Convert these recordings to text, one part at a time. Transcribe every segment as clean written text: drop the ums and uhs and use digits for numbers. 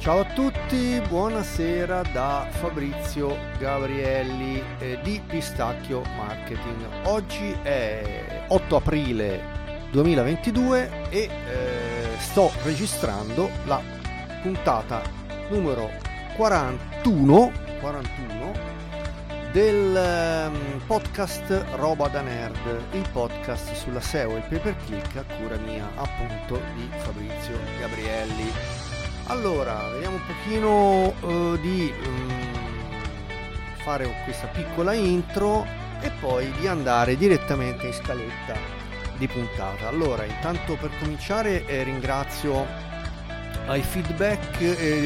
Ciao a tutti, buonasera da Fabrizio Gabrielli di Pistacchio Marketing. Oggi è 8 aprile 2022 e sto registrando la puntata numero 41 del podcast Roba da Nerd, il podcast sulla SEO e il pay per click a cura mia, appunto, di Fabrizio Gabrielli. Allora, vediamo un pochino di fare questa piccola intro e poi di andare direttamente in scaletta di puntata. Allora, intanto per cominciare ringrazio ai feedback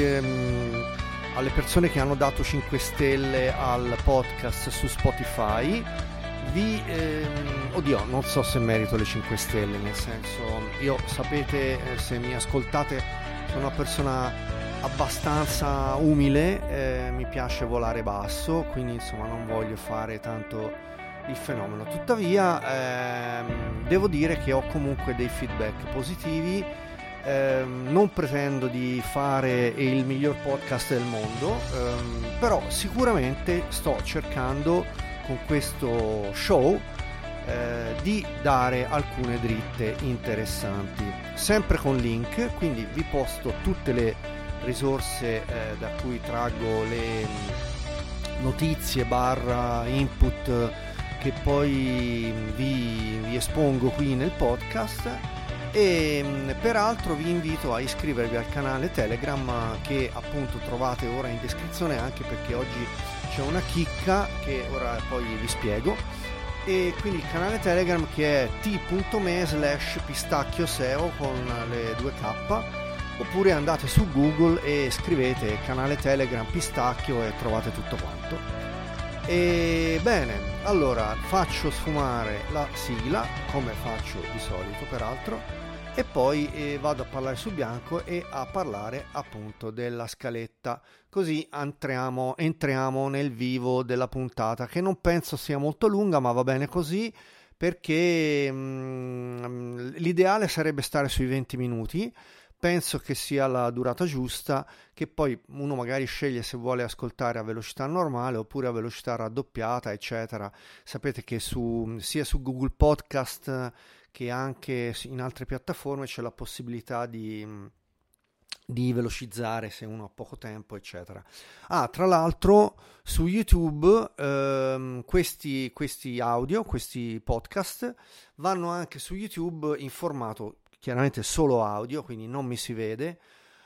alle persone che hanno dato 5 stelle al podcast su Spotify. Oddio, non so se merito le 5 stelle, nel senso, io sapete, se mi ascoltate, sono una persona abbastanza umile, mi piace volare basso, quindi insomma non voglio fare tanto il fenomeno. Tuttavia devo dire che ho comunque dei feedback positivi. Non pretendo di fare il miglior podcast del mondo, però sicuramente sto cercando con questo show di dare alcune dritte interessanti, sempre con link, quindi vi posto tutte le risorse da cui traggo le notizie / input che poi vi espongo qui nel podcast. E peraltro vi invito a iscrivervi al canale Telegram che appunto trovate ora in descrizione, anche perché oggi c'è una chicca che ora poi vi spiego. E quindi il canale Telegram che è t.me/pistacchioseo con le 2K, oppure andate su Google e scrivete canale Telegram Pistacchio e trovate tutto quanto. E bene, allora faccio sfumare la sigla come faccio di solito peraltro, e poi vado a parlare su bianco e a parlare appunto della scaletta, così entriamo nel vivo della puntata, che non penso sia molto lunga, ma va bene così, perché l'ideale sarebbe stare sui 20 minuti. Penso che sia la durata giusta, che poi uno magari sceglie se vuole ascoltare a velocità normale oppure a velocità raddoppiata, eccetera. Sapete che sia su Google Podcast che anche in altre piattaforme c'è la possibilità di velocizzare se uno ha poco tempo, eccetera. Tra l'altro su YouTube questi audio, questi podcast vanno anche su YouTube in formato chiaramente solo audio, quindi non mi si vede,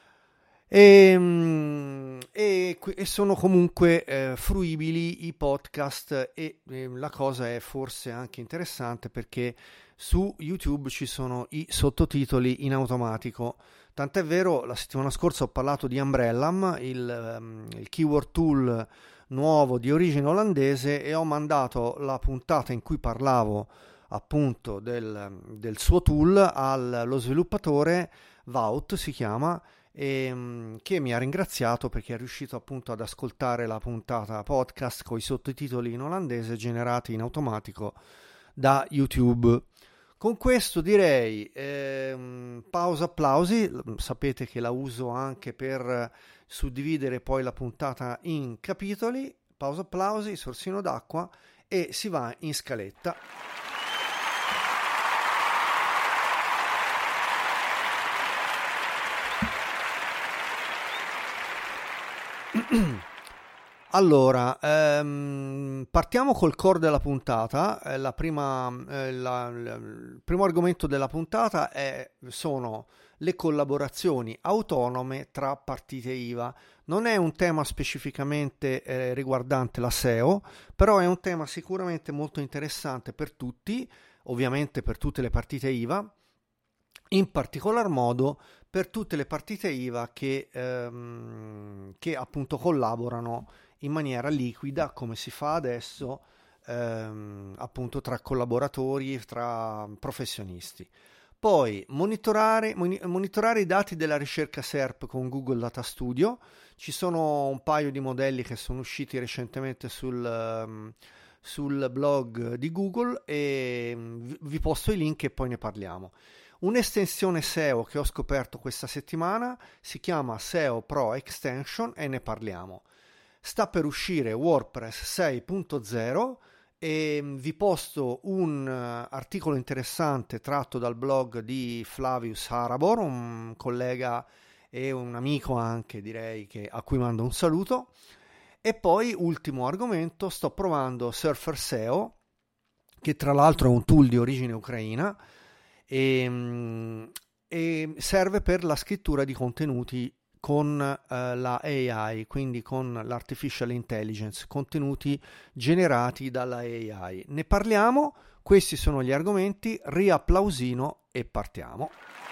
e sono comunque fruibili i podcast, e la cosa è forse anche interessante perché su YouTube ci sono i sottotitoli in automatico. Tant'è vero, la settimana scorsa ho parlato di Umbrellam, il keyword tool nuovo di origine olandese, e ho mandato la puntata in cui parlavo appunto del suo tool allo sviluppatore, Wout si chiama, e che mi ha ringraziato perché è riuscito appunto ad ascoltare la puntata podcast con i sottotitoli in olandese generati in automatico da YouTube. Con questo direi pausa applausi, sapete che la uso anche per suddividere poi la puntata in capitoli. Pausa applausi, sorsino d'acqua e si va in scaletta. Allora, partiamo col core della puntata. Il primo argomento della puntata sono le collaborazioni autonome tra partite IVA. Non è un tema specificamente riguardante la SEO, però è un tema sicuramente molto interessante per tutti, ovviamente per tutte le partite IVA, in particolar modo per tutte le partite IVA che appunto collaborano in maniera liquida, come si fa adesso, appunto tra collaboratori, tra professionisti. Poi monitorare i dati della ricerca SERP con Google Data Studio. Ci sono un paio di modelli che sono usciti recentemente sul blog di Google, e vi posto i link e poi ne parliamo. Un'estensione SEO che ho scoperto questa settimana si chiama SEO Pro Extension e ne parliamo. Sta per uscire WordPress 6.0 e vi posto un articolo interessante tratto dal blog di Flavius Harabor, un collega e un amico anche, direi, a cui mando un saluto. E poi, ultimo argomento, sto provando Surfer SEO, che tra l'altro è un tool di origine ucraina e serve per la scrittura di contenuti con la AI, quindi con l'artificial intelligence, contenuti generati dalla AI. Ne parliamo, questi sono gli argomenti, riapplausino e partiamo.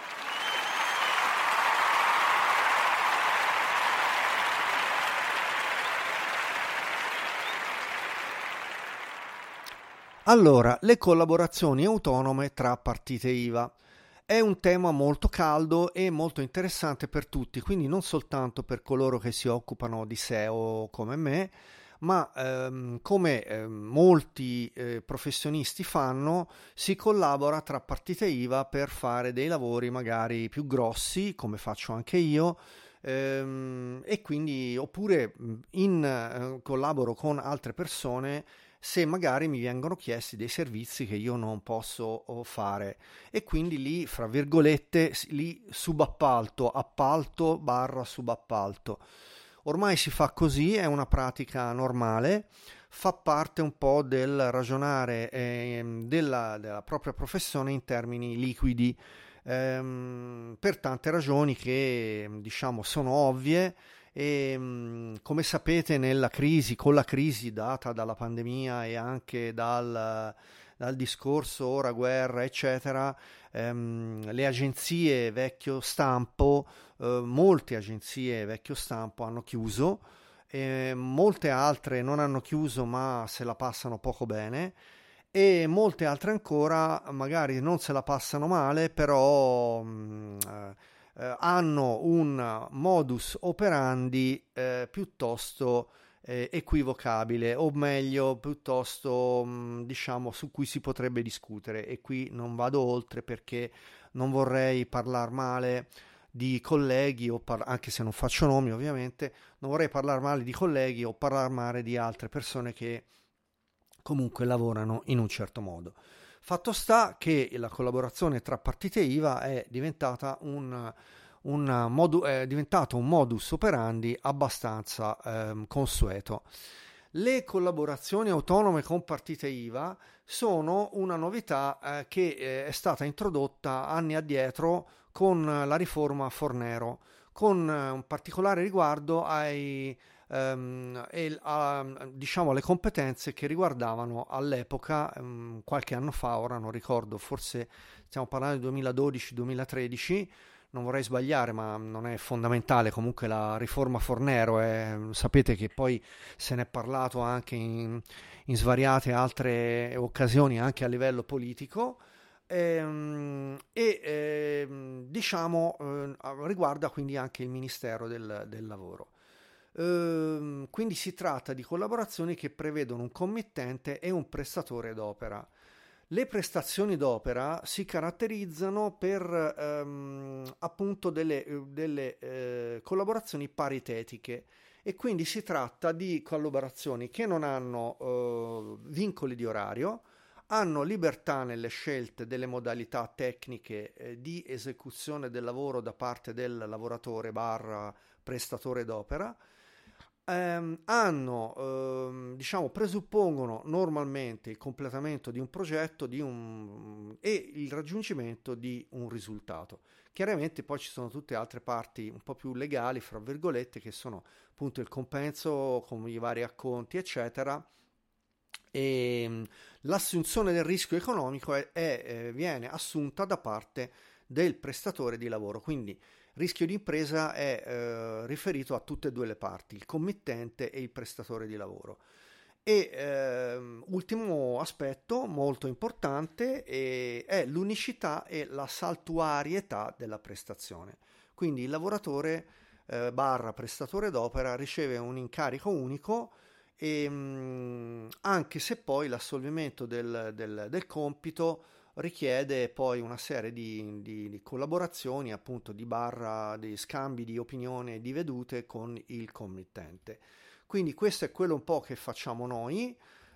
Allora, le collaborazioni autonome tra partite IVA. È un tema molto caldo e molto interessante per tutti, quindi non soltanto per coloro che si occupano di SEO come me, ma come molti professionisti fanno, si collabora tra partite IVA per fare dei lavori magari più grossi, come faccio anche io, e quindi oppure collaboro con altre persone se magari mi vengono chiesti dei servizi che io non posso fare, e quindi lì, fra virgolette, lì appalto barra subappalto. Ormai si fa così, è una pratica normale, fa parte un po' del ragionare della propria professione in termini liquidi, per tante ragioni che diciamo sono ovvie. E come sapete, con la crisi data dalla pandemia e anche dal discorso ora guerra eccetera, le agenzie vecchio stampo, molte agenzie vecchio stampo hanno chiuso, molte altre non hanno chiuso ma se la passano poco bene, e molte altre ancora magari non se la passano male, però hanno un modus operandi piuttosto equivocabile, o meglio piuttosto diciamo su cui si potrebbe discutere, e qui non vado oltre perché non vorrei parlare male di colleghi anche se non faccio nomi ovviamente, non vorrei parlare male di colleghi o parlare male di altre persone che comunque lavorano in un certo modo. Fatto sta che la collaborazione tra partite IVA è diventato un modus operandi abbastanza consueto. Le collaborazioni autonome con partite IVA sono una novità che è stata introdotta anni addietro con la riforma Fornero, con un particolare riguardo diciamo alle competenze che riguardavano all'epoca, qualche anno fa, ora non ricordo, forse stiamo parlando del 2012-2013, non vorrei sbagliare ma non è fondamentale, comunque la riforma Fornero sapete che poi se ne è parlato anche in svariate altre occasioni anche a livello politico, diciamo riguarda quindi anche il Ministero del Lavoro. Quindi si tratta di collaborazioni che prevedono un committente e un prestatore d'opera. Le prestazioni d'opera si caratterizzano per appunto delle collaborazioni paritetiche, e quindi si tratta di collaborazioni che non hanno vincoli di orario, hanno libertà nelle scelte delle modalità tecniche di esecuzione del lavoro da parte del lavoratore barra prestatore d'opera, presuppongono normalmente il completamento di un progetto e il raggiungimento di un risultato. Chiaramente poi ci sono tutte altre parti un po' più legali, fra virgolette, che sono appunto il compenso con i vari acconti eccetera, e l'assunzione del rischio economico viene assunta da parte del prestatore di lavoro, quindi rischio di impresa è riferito a tutte e due le parti, il committente e il prestatore di lavoro. E ultimo aspetto molto importante è l'unicità e la saltuarietà della prestazione. Quindi il lavoratore barra prestatore d'opera riceve un incarico unico, e anche se poi l'assolvimento del compito richiede poi una serie di collaborazioni, appunto di scambi di opinioni e di vedute con il committente. Quindi questo è quello un po' che facciamo noi.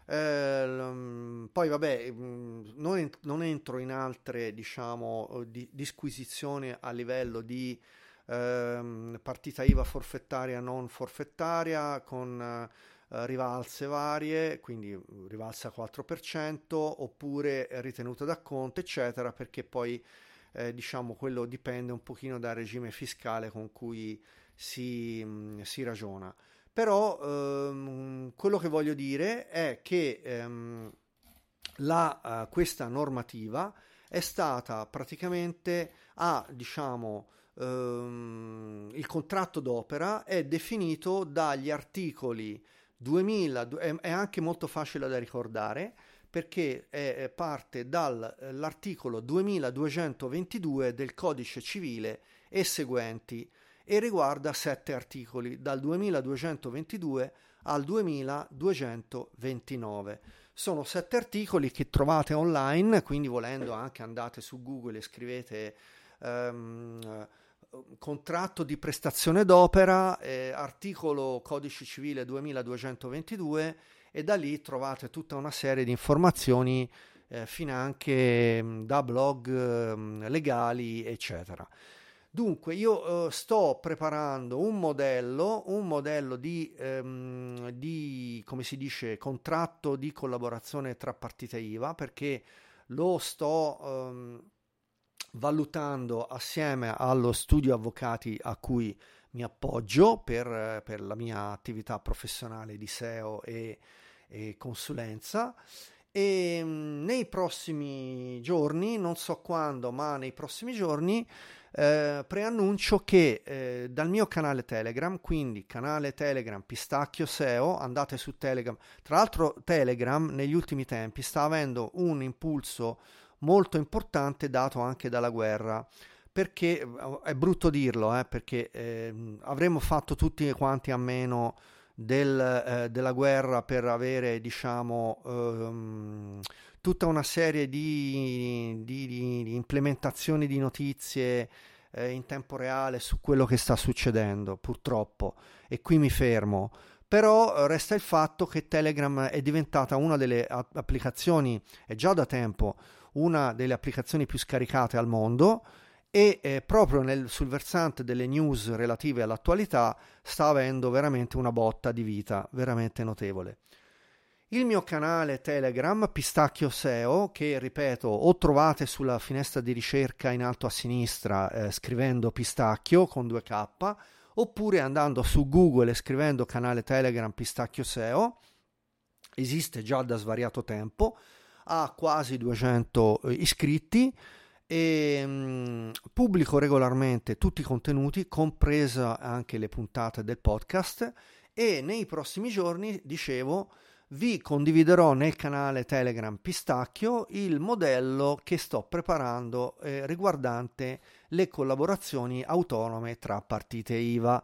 Poi vabbè, non entro in altre, diciamo, disquisizioni a livello di partita IVA forfettaria, non forfettaria, con rivalse varie, quindi rivalsa 4% oppure ritenuta d'acconto, eccetera, perché poi diciamo quello dipende un pochino dal regime fiscale con cui si ragiona. Però quello che voglio dire è che questa normativa è stata praticamente diciamo, il contratto d'opera è definito dagli articoli 2000, è anche molto facile da ricordare perché parte dall'articolo 2222 del Codice Civile e seguenti, e riguarda 7 articoli, dal 2222 al 2229. Sono 7 articoli che trovate online, quindi volendo anche andate su Google e scrivete contratto di prestazione d'opera, articolo Codice Civile 2222, e da lì trovate tutta una serie di informazioni finanche da blog legali, eccetera. Dunque io sto preparando un modello di come si dice, contratto di collaborazione tra partite IVA, perché lo sto valutando assieme allo studio avvocati a cui mi appoggio per la mia attività professionale di SEO e consulenza. E nei prossimi giorni, non so quando, ma nei prossimi giorni preannuncio che dal mio canale Telegram, quindi canale Telegram Pistacchio SEO, andate su Telegram. Tra l'altro Telegram negli ultimi tempi sta avendo un impulso molto importante dato anche dalla guerra, perché è brutto dirlo, perché avremmo fatto tutti quanti a meno della guerra per avere, diciamo, tutta una serie di implementazioni di notizie in tempo reale su quello che sta succedendo, purtroppo, e qui mi fermo. Però resta il fatto che Telegram è diventata una delle applicazioni, è già da tempo una delle applicazioni più scaricate al mondo, e proprio sul versante delle news relative all'attualità sta avendo veramente una botta di vita veramente notevole. Il mio canale Telegram Pistacchio SEO, che ripeto o trovate sulla finestra di ricerca in alto a sinistra scrivendo Pistacchio con 2K, oppure andando su Google e scrivendo canale Telegram Pistacchio SEO, esiste già da svariato tempo, ha quasi 200 iscritti e pubblico regolarmente tutti i contenuti, compresa anche le puntate del podcast, e nei prossimi giorni, dicevo, vi condividerò nel canale Telegram Pistacchio il modello che sto preparando riguardante le collaborazioni autonome tra partite IVA.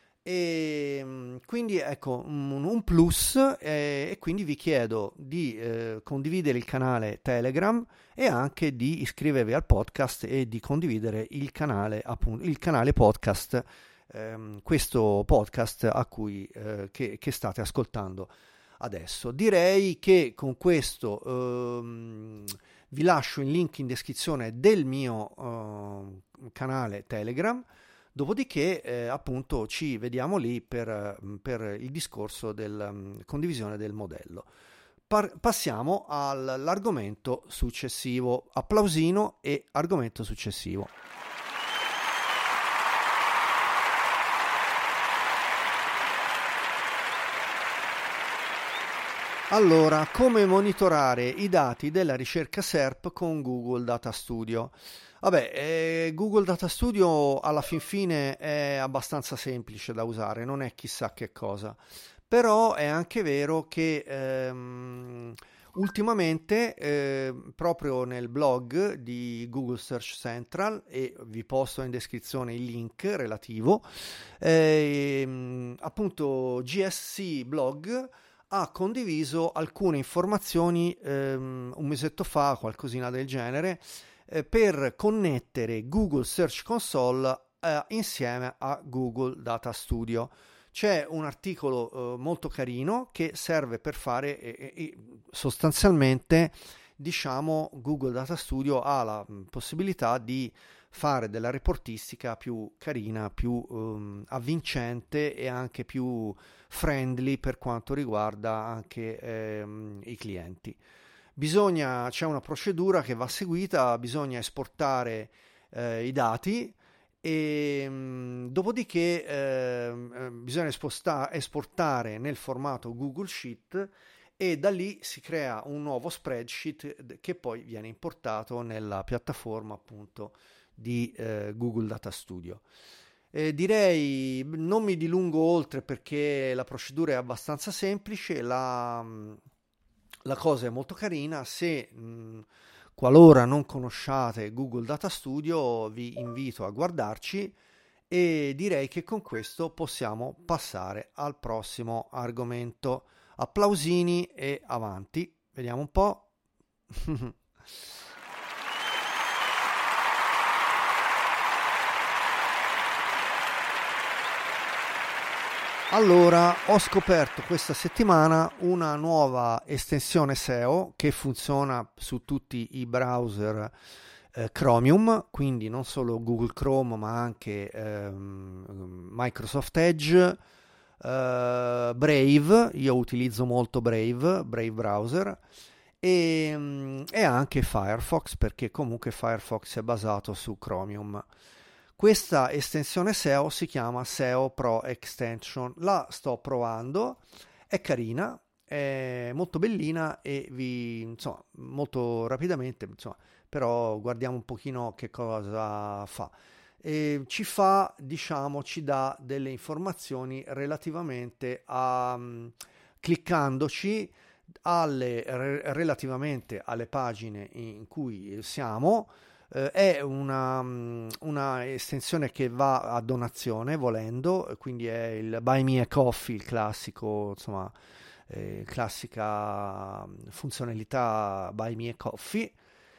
E quindi ecco un plus, e quindi vi chiedo di condividere il canale Telegram e anche di iscrivervi al podcast e di condividere il canale, appunto, il canale podcast, questo podcast a cui che state ascoltando adesso. Direi che con questo vi lascio il link in descrizione del mio canale Telegram. Dopodiché appunto ci vediamo lì per il discorso della condivisione del modello. Passiamo all'argomento successivo. Applausino e argomento successivo. Allora, come monitorare i dati della ricerca SERP con Google Data Studio? Vabbè, Google Data Studio alla fin fine è abbastanza semplice da usare, non è chissà che cosa, però è anche vero che ultimamente proprio nel blog di Google Search Central, e vi posto in descrizione il link relativo, appunto GSC Blog ha condiviso alcune informazioni un mesetto fa, qualcosina del genere, per connettere Google Search Console insieme a Google Data Studio. C'è un articolo molto carino che serve per fare sostanzialmente, diciamo, Google Data Studio ha la possibilità di fare della reportistica più carina, più avvincente e anche più friendly per quanto riguarda anche i clienti. C'è una procedura che va seguita, bisogna esportare i dati e dopodiché bisogna esportare nel formato Google Sheet e da lì si crea un nuovo spreadsheet che poi viene importato nella piattaforma appunto di Google Data Studio. Direi non mi dilungo oltre perché la procedura è abbastanza semplice, la cosa è molto carina. Se qualora non conosciate Google Data Studio vi invito a guardarci e direi che con questo possiamo passare al prossimo argomento. Applausini e avanti, vediamo un po'. Allora, ho scoperto questa settimana una nuova estensione SEO che funziona su tutti i browser Chromium, quindi non solo Google Chrome ma anche Microsoft Edge, Brave, io utilizzo molto Brave browser e anche Firefox, perché comunque Firefox è basato su Chromium. Questa estensione SEO si chiama SEO Pro Extension, la sto provando, è carina, è molto bellina e insomma, molto rapidamente, insomma, però guardiamo un pochino che cosa fa. Ci dà delle informazioni relativamente cliccandoci relativamente alle pagine in cui siamo. È una estensione che va a donazione volendo, quindi è il Buy Me a Coffee, il classico, insomma, classica funzionalità Buy Me a Coffee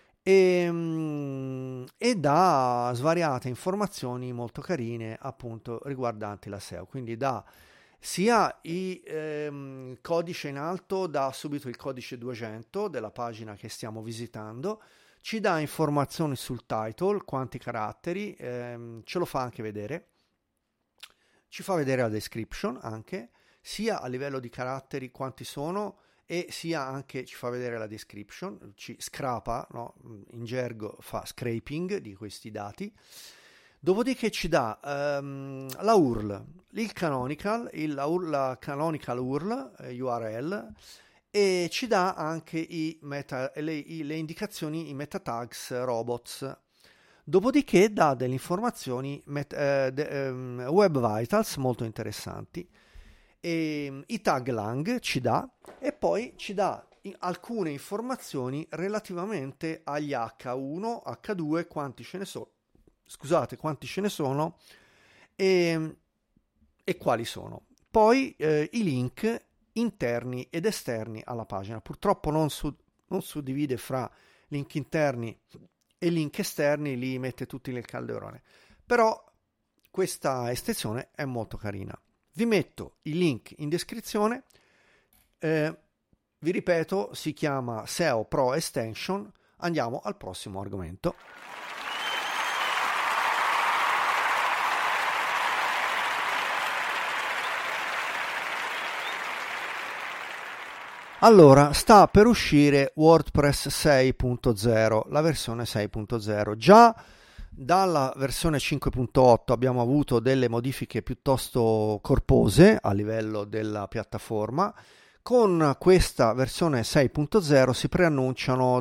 e dà svariate informazioni molto carine appunto riguardanti la SEO, quindi dà sia il codice in alto, dà subito il codice 200 della pagina che stiamo visitando, ci dà informazioni sul title, quanti caratteri, ce lo fa anche vedere, ci fa vedere la description anche, sia a livello di caratteri quanti sono e sia anche ci fa vedere la description, ci scrapa, no? In gergo fa scraping di questi dati. Dopodiché ci dà la URL, la canonical URL, URL, e ci dà anche le indicazioni, i meta tags robots. Dopodiché dà delle informazioni web vitals molto interessanti, e i tag lang ci dà, e poi ci dà alcune informazioni relativamente agli H1, H2, quanti ce ne sono e quali sono. Poi i link interni ed esterni alla pagina. Purtroppo non suddivide fra link interni e link esterni, li mette tutti nel calderone. Però questa estensione è molto carina. Vi metto i link in descrizione. Vi ripeto, si chiama SEO Pro Extension. Andiamo al prossimo argomento. Allora, sta per uscire WordPress 6.0, la versione 6.0. Già dalla versione 5.8 abbiamo avuto delle modifiche piuttosto corpose a livello della piattaforma. Con questa versione 6.0 si preannunciano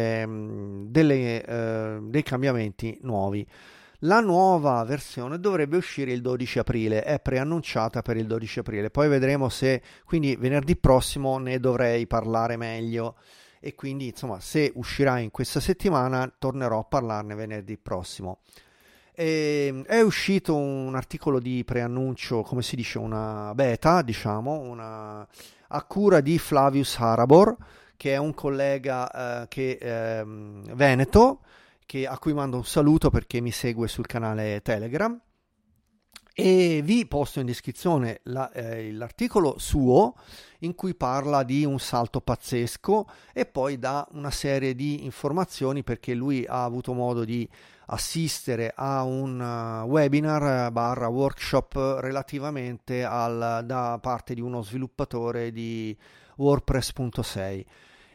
dei cambiamenti nuovi. La nuova versione dovrebbe uscire il 12 aprile, è preannunciata per il 12 aprile, poi vedremo se, quindi venerdì prossimo ne dovrei parlare meglio e quindi insomma se uscirà in questa settimana tornerò a parlarne venerdì prossimo. È uscito un articolo di preannuncio, come si dice, una beta, diciamo, a cura di Flavius Harabor, che è un collega veneto, a cui mando un saluto perché mi segue sul canale Telegram. E vi posto in descrizione l'articolo suo in cui parla di un salto pazzesco e poi dà una serie di informazioni, perché lui ha avuto modo di assistere a un webinar barra workshop relativamente da parte di uno sviluppatore di WordPress.6.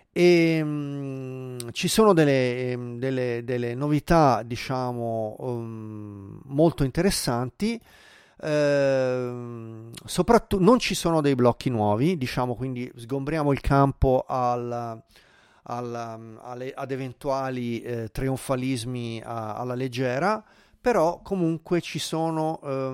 E ci sono delle novità, diciamo, molto interessanti. Soprattutto non ci sono dei blocchi nuovi, diciamo, quindi sgombriamo il campo ad eventuali trionfalismi alla leggera, però comunque ci sono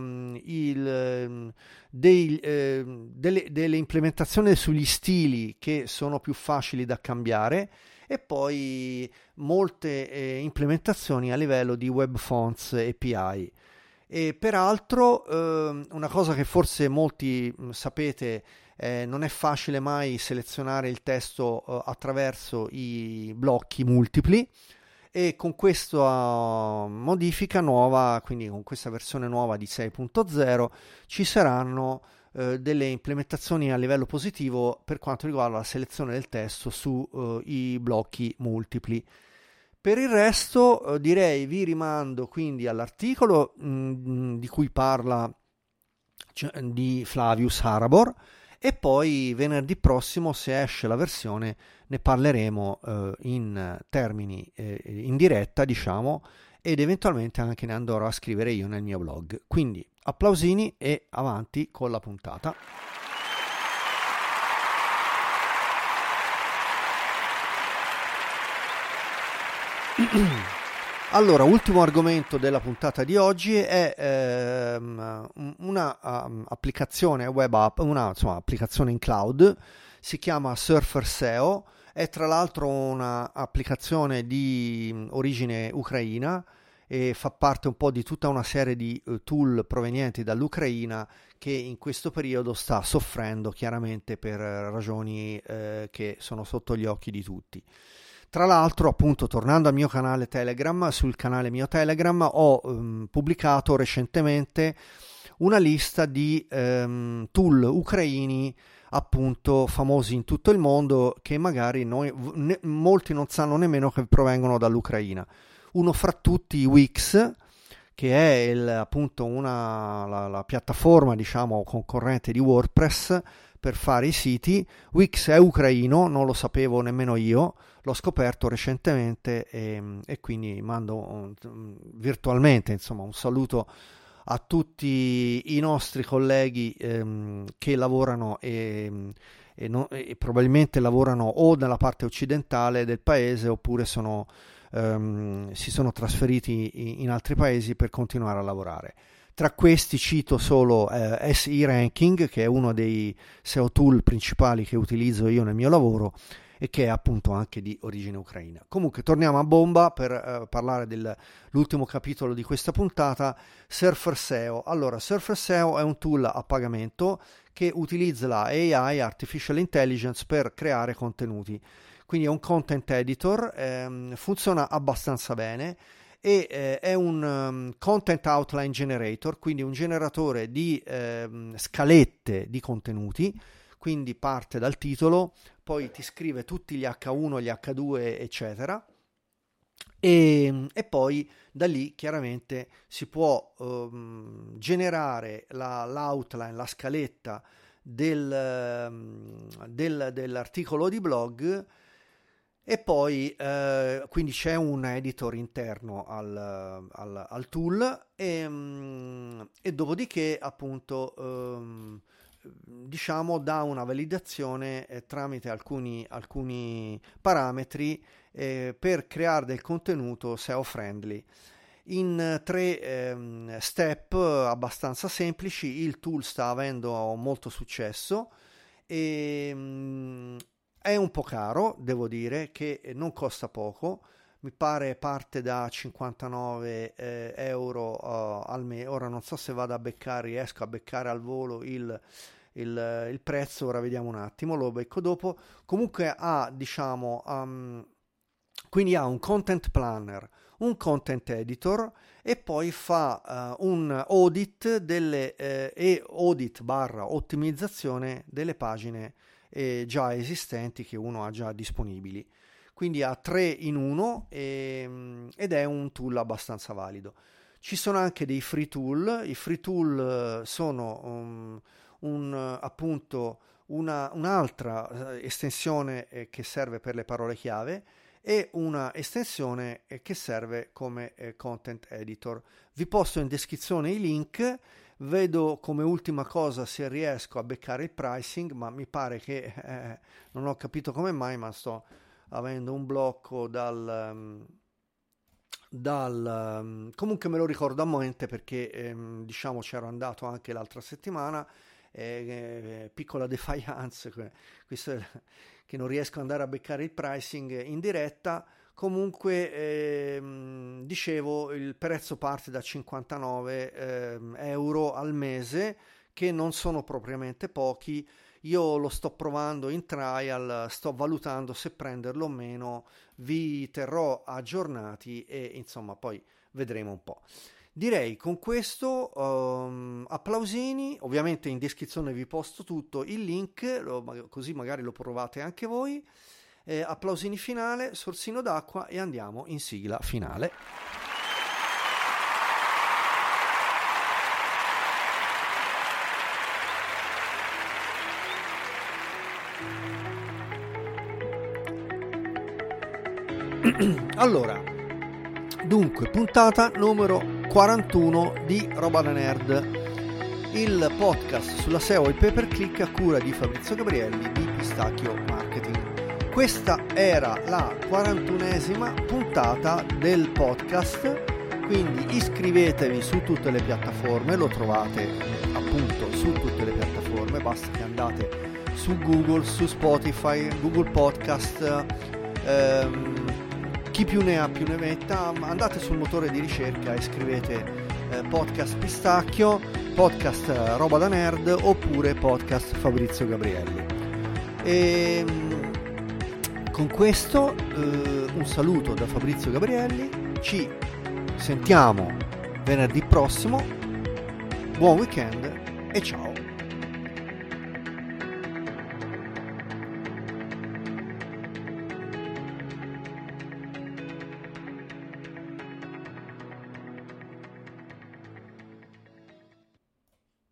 delle implementazioni sugli stili che sono più facili da cambiare, e poi molte implementazioni a livello di web fonts API. E peraltro una cosa che forse molti sapete, non è facile mai selezionare il testo attraverso i blocchi multipli, e con questa modifica nuova, quindi con questa versione nuova di 6.0, ci saranno delle implementazioni a livello positivo per quanto riguarda la selezione del testo sui blocchi multipli. Per il resto direi vi rimando quindi all'articolo di cui parla di Flavius Harabor, e poi venerdì prossimo, se esce la versione, ne parleremo in termini in diretta, diciamo, ed eventualmente anche ne andrò a scrivere io nel mio blog. Quindi applausini e avanti con la puntata. Allora, ultimo argomento della puntata di oggi è una applicazione web app, applicazione in cloud, si chiama Surfer SEO, è tra l'altro una applicazione di origine ucraina e fa parte un po' di tutta una serie di tool provenienti dall'Ucraina, che in questo periodo sta soffrendo chiaramente per ragioni che sono sotto gli occhi di tutti. Tra l'altro, appunto, tornando al mio canale Telegram, sul canale mio Telegram ho pubblicato recentemente una lista di tool ucraini, appunto, famosi in tutto il mondo, che magari molti non sanno nemmeno che provengono dall'Ucraina. Uno fra tutti, Wix, che è appunto la piattaforma, diciamo, concorrente di WordPress per fare i siti. Wix è ucraino, non lo sapevo nemmeno io, l'ho scoperto recentemente, e quindi mando virtualmente, insomma, un saluto a tutti i nostri colleghi che lavorano e probabilmente lavorano o nella parte occidentale del paese, oppure si sono trasferiti in altri paesi per continuare a lavorare. Tra questi cito solo SE Ranking, che è uno dei SEO tool principali che utilizzo io nel mio lavoro e che è appunto anche di origine ucraina. Comunque torniamo a bomba per parlare dell'ultimo capitolo di questa puntata, Surfer SEO. Allora, Surfer SEO è un tool a pagamento che utilizza la AI, Artificial Intelligence, per creare contenuti. Quindi è un content editor, funziona abbastanza bene, e è un content outline generator, quindi un generatore di scalette di contenuti. Quindi parte dal titolo, poi ti scrive tutti gli H1, gli H2, eccetera, e poi da lì chiaramente si può generare l'outline, la scaletta dell'articolo di blog, e poi quindi c'è un editor interno al tool, e dopodiché appunto diciamo dà una validazione tramite alcuni parametri per creare del contenuto SEO friendly. In 3 step abbastanza semplici. Il tool sta avendo molto successo e è un po' caro, devo dire, che non costa poco. Mi pare parte da 59 euro al mese. Ora non so se riesco a beccare al volo il il prezzo, ora vediamo un attimo, lo becco dopo. Comunque ha, diciamo, quindi ha un content planner, un content editor e poi fa un audit e audit / ottimizzazione delle pagine già esistenti che uno ha già disponibili. Quindi ha 3 in 1 ed è un tool abbastanza valido. Ci sono anche dei free tool. I free tool sono appunto un'altra estensione che serve per le parole chiave e una estensione che serve come content editor. Vi posto in descrizione i link. Vedo come ultima cosa se riesco a beccare il pricing, ma mi pare che non ho capito come mai, ma sto avendo un blocco comunque me lo ricordo a mente perché diciamo c'ero andato anche l'altra settimana, piccola defiance, questo che non riesco ad andare a beccare il pricing in diretta. Comunque dicevo, il prezzo parte da 59 euro al mese, che non sono propriamente pochi. Io lo sto provando in trial, sto valutando se prenderlo o meno, vi terrò aggiornati e insomma poi vedremo un po'. Direi con questo applausini, ovviamente in descrizione vi posto tutto il link, così magari lo provate anche voi. Applausini finale, sorsino d'acqua e andiamo in sigla finale. Allora, dunque, puntata numero 41 di Roba da Nerd, il podcast sulla SEO e pay per click a cura di Fabrizio Gabrielli di Pistacchio Marketing. Questa era la 41esima puntata del podcast, quindi iscrivetevi su tutte le piattaforme, lo trovate appunto su tutte le piattaforme, basta che andate su Google, su Spotify, Google Podcast, chi più ne ha più ne metta, andate sul motore di ricerca e scrivete podcast Pistacchio, podcast Roba da Nerd oppure podcast Fabrizio Gabrielli. E con questo un saluto da Fabrizio Gabrielli, ci sentiamo venerdì prossimo, buon weekend e ciao!